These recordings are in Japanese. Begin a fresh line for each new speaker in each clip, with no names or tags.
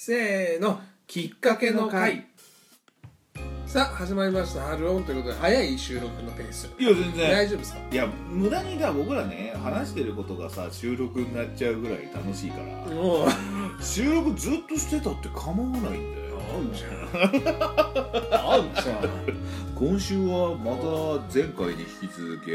せーの、きっかけの会。さあ始まりました、ハルオンということで早い収録のペース。
いや全然
大丈夫ですか？
いや無駄に僕らね話してることがさ収録になっちゃうぐらい楽しいから
もう
収録ずっとしてたって構わないんだよ。
あんちゃん
今週はまた前回に引き続き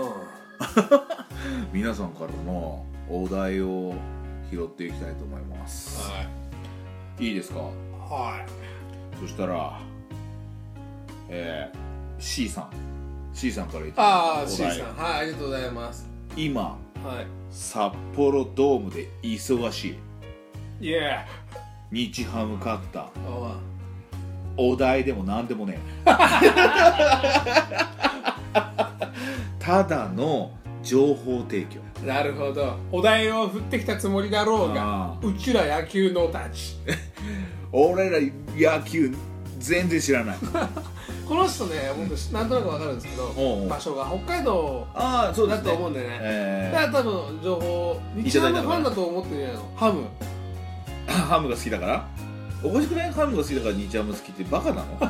皆さんからのお題を拾っていきたいと思います。いいですか？
はい。
そしたらC さんからいただいたお題。
ああ C さん、はい、ありがとうございます。
今、
はい、
札幌ドームで忙しい。
イエ
日ハム勝った。
ー。
お題でも何でもねただの情報提供。
なるほど。お題を振ってきたつもりだろうが、うちら野球のたち
俺ら野球全然知らない
この人ね、僕なんとなく分かるんですけど、場所が北海道だと思うんでね。だから多分情報日ハムファンだと思ってるんじゃないの？
ハムが好きだから？おかしくない？ハムが好きだから日ハム好きってバカなの？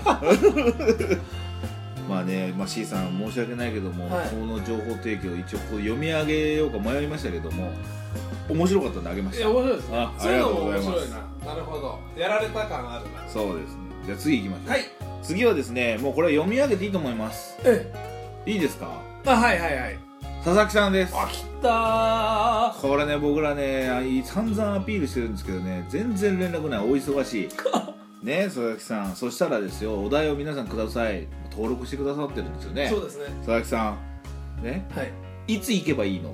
まあね、C さん申し訳ないけども、この情報提供一応こう読み上げようか迷いましたけども、面白かったんであげました。
面白いですね。
ありがとうございます。
面白いな。なるほど。やられた感あるな。
そうですね。じゃあ次行きましょう。
はい。
次はですね、もうこれは読み上げていいと思います。いいですか？
はい。
佐々木さんです。
来た
これね、僕らね散々アピールしてるんですけどね、全然連絡ない。お忙しいね、佐々木さん。そしたらですよ、お題を皆さんください。登録してくださってるんですよね。
そうですね。
佐々木さんね、いつ行けばいいの？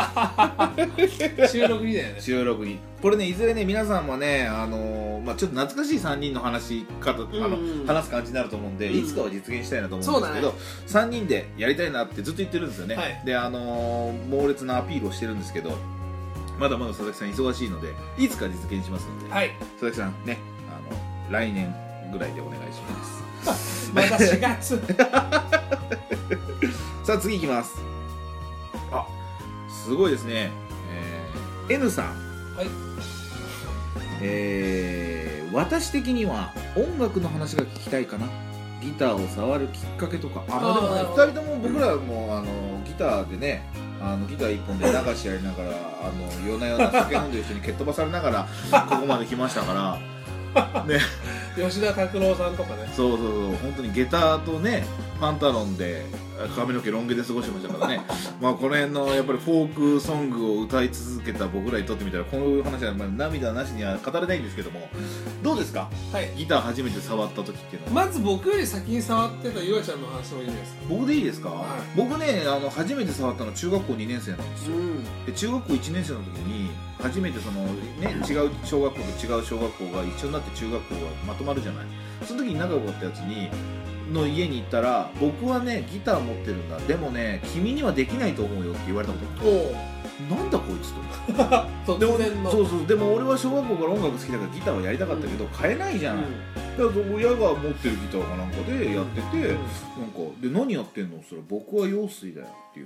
収録にだよね。
収録に。これね、いずれね、皆さんもね、ちょっと懐かしい3人の話方、話す感じになると思うんで、いつかは実現したいなと思うんですけど、3人でやりたいなってずっと言ってるんですよね。で、猛烈なアピールをしてるんですけど、まだまだ佐々木さん忙しいので、いつか実現しますので、佐々木さんね、来年ぐらいでお願いします。
また4月
さあ次いきます。すごいですね。N さん。私的には音楽の話が聞きたいかな。ギターを触るきっかけとか。でもね、2人とも僕らもギターでね、ギター1本で流しやりながら夜な夜な酒飲んで一緒に蹴っ飛ばされながらここまで来ましたからね。
吉田拓郎さんとかね。
そう本当にゲターとねパンタロンで髪の毛ロン毛で過ごしてましたからね。この辺のやっぱりフォークソングを歌い続けた僕らにとってみたらこういう話は涙なしには語れないんですけども、どうですか？ギター初めて触った時っていうのは。ま
ず僕より先に触ってたゆあちゃんの話もいいですか？
僕でいいですか？僕ね初めて触ったの中学校2年生なんですよ。で中学校1年生の時に初めて違う小学校と違う小学校が一緒になって中学校がまとまるじゃない。その時に仲良かったやつの家に行ったら、僕はねギター持ってるんだ、でもね君にはできないと思うよって言われたことがある。なんだこいつとでも俺は小学校から音楽好きだからギターはやりたかったけど、買えないじゃん。だから親が持ってるギターかなんかでやってて、なんかで何やってんのって言ったら、僕は陽水だよっていう。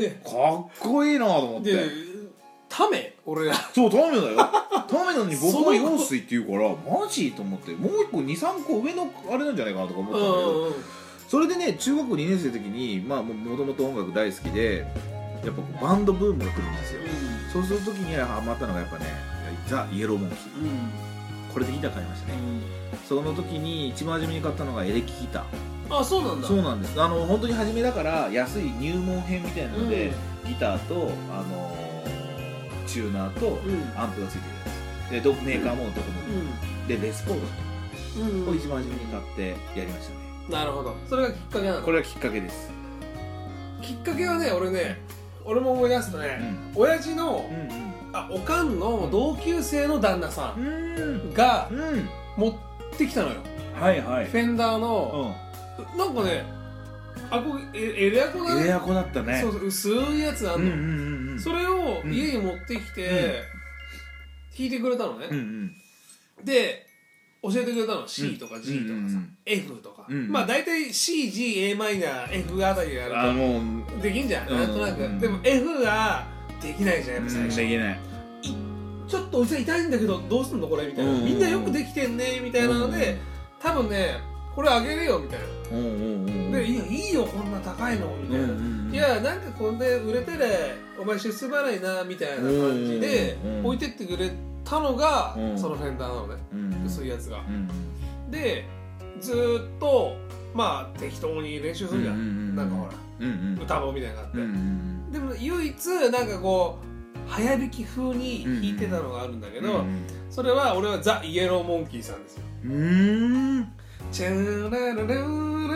かっこいいなと思って。
タメ？俺ら
そうタメだよ。タメなのに僕は陽水って言うからマジと思って、もう一個 2,3 個上のあれなんじゃないかなとか思ったんだけど、それでね中学校2年生の時にもともと音楽大好きで、やっぱバンドブームが来るんですよ。そうする時にハマったのがやっぱねザ・イエローモンキー、これでギター買いましたね。その時に一番初めに買ったのがエレキギター。
そうなんだ。
そうなんです。本当に初めだから安い入門編みたいなので、ギターとチューナーとアンプがついてるやつで、メーカーもどこもでレスポードを一番初めに買ってやりましたね。
なるほど。それがきっかけなの？
これがきっかけです。
きっかけはね、俺も思い出すとね、親父のおかんの同級生の旦那さんが持ってきたのよ。フェンダーのなんかね、これエレアコだね。
エレアコだったね。
そう薄いやつあんの。それを家に持ってきて弾いてくれたのね。で教えてくれたの。 C とか G とかさ、F とか、大体 C、G、A マイナー、F あたりやるとできんじゃん、なんとなく。でも F ができないじゃん、やっぱ最初。
できない。
ちょっとおじさん痛いんだけどどうすんのこれみたいな、みんなよくできてんねみたいなので、多分ねこれあげるよみたいな、でいいよこんな高いのみたいな、いやなんかこんで売れてねお前出世払いなみたいな感じで置いてってくれたのがそのフェンダーなのね、薄いやつが、でずーっとまあ適当に練習するじゃん、なんかほら、歌棒みたいなのがあって、でも唯一なんかこう早弾き風に弾いてたのがあるんだけど、それは俺はザ・イエローモンキーさんですよ。チャララララララ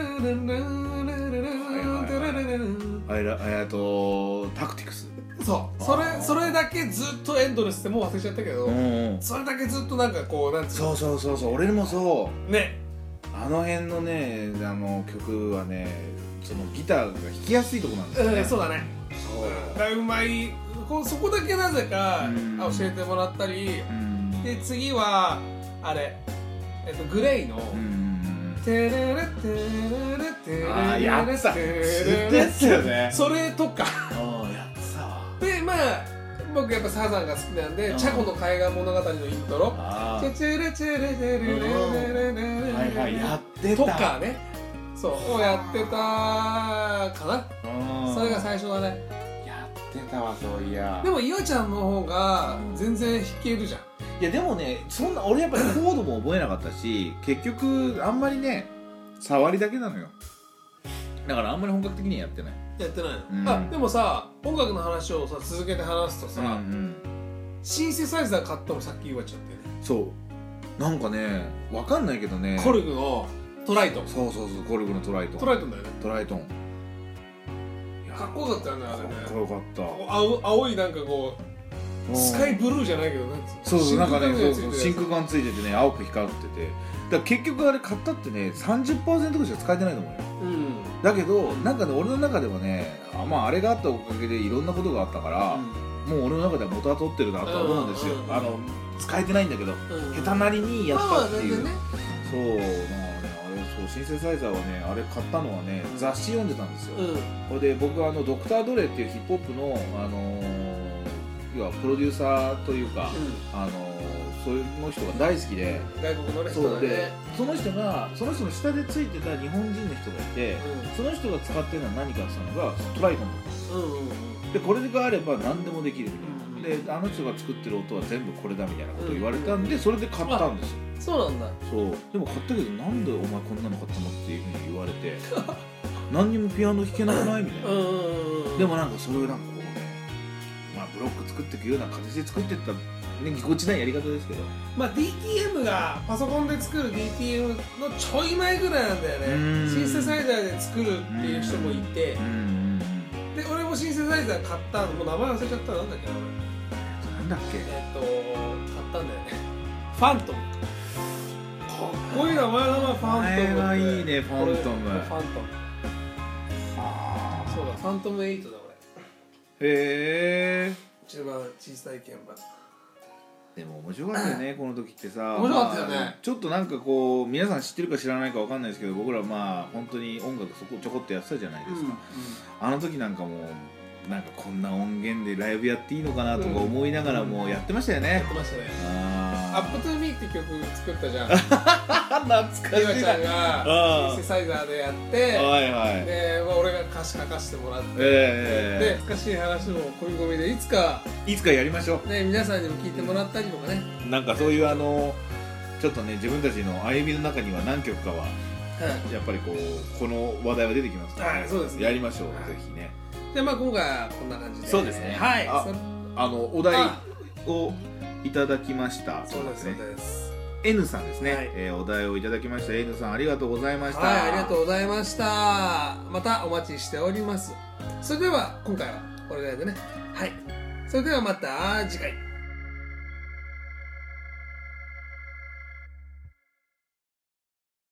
タクティクス。
そうそれだけずっとエンドレスってもう忘れちゃったけど、それだけずっとなんかこうなんつうの、
そう俺もそう
ね、
あの辺のね曲はねそのギターが弾きやすいとこなんですよね。
そうだね。そううまいそこだけなぜか教えてもらったり、で次はあれグレイのテレレテレレテレレ
やってたですよね。
それとか
やってたわ。
でまあ僕やっぱサザンが好きなんでチャコの海岸物語のイントロチェレチェレテレレレレレ
やってた
とかね、そうやってたかな。それが最初だね。
やってたわそういや。
でも岩ちゃんの方が全然弾けるじゃん。
いやでもねそんな俺やっぱりコードも覚えなかったし結局あんまりね触りだけなのよ。だからあんまり本格的にはやってない
の、でもさ音楽の話をさ続けて話すとさ、シンセサイザー買ったのさっき岩ちゃんってね。
そうなんかねわかんないけどね
コルグのトライトン。
そうコルグのトライトン
だよね。
トライトン
かっこよかったよねあれね。
かっこよかった。
青いなんかこうスカイブルーじゃないけどね。
そうなんかね真空管ついててね青く光ってて、だから結局あれ買ったってね 30% ぐらいしか使えてないと思うよ。だけどなんかね俺の中ではねあれがあったおかげでいろんなことがあったから、もう俺の中では元は取ってるなとは思うんですよ。使えてないんだけけど、下手なりにやったっていう。そうなんかねシンセサイザーはねあれ買ったのはね雑誌読んでたんですよ。これで僕ドクター・ドレっていうヒップホップの要はプロデューサーというか、そういうの人が大好きで、
外国の人だね。
その人の下でついてた日本人の人がいて、その人が使ってるのは何かっていうのがトライトンだったんですよ。でこれがあれば何でもできるみたいな、であの人が作ってる音は全部これだみたいなことを言われたんで、それで買ったんですよ。
そうなんだ。
そうでも買ったけどなんでお前こんなの買ったのっていうふうに言われて何にもピアノ弾けなくないみたいな。でもなんかそれをなんかこうねブロック作っていくような形で作っていったぎこちないやり方ですけど、
DTM がパソコンで作る DTM のちょい前ぐらいなんだよね。シンセサイザーで作るっていう人もいて、で俺もシンセサイザー買ったのもう名前忘れちゃったなんだっけな。
なんだっけ
買ったんだよね。ファントム。かっこいい名前だな、ファントム。
名前がいいね、ファントム。
ファントム。そうだ、ファントム8だ俺。
へえ。
一番小さい鍵盤。
でも面白かったよねこの時ってさ。
面白かったよね。
ちょっとなんかこう皆さん知ってるか知らないかわかんないですけど、僕ら本当に音楽そこちょこっとやってたじゃないですか。あの時なんかもうなんかこんな音源でライブやっていいのかなとか思いながらもやってましたよね。
やってましたね。アップトゥーミーって曲作ったじゃん。
懐かしい。
岩ちゃんがシンセサイザーでやって、で俺が歌詞書かせてもらって、で懐かしい話も込み込みでいつか
やりましょう。
ね皆さんにも聞いてもらったりとかね。
なんかそういうちょっとね自分たちの歩みの中には何曲かはやっぱりこの話題は出てきますから、
そうですね。
やりましょうぜひね。
で今回はこんな感じで。
そうですね。
はい。
お題をいただきました。
そうですね。
N さんですね。お題をいただきました N さんありがとうございました。
はい、ありがとうございました。またお待ちしております。それでは今回はこれぐらいでね。はい。それではまた次回。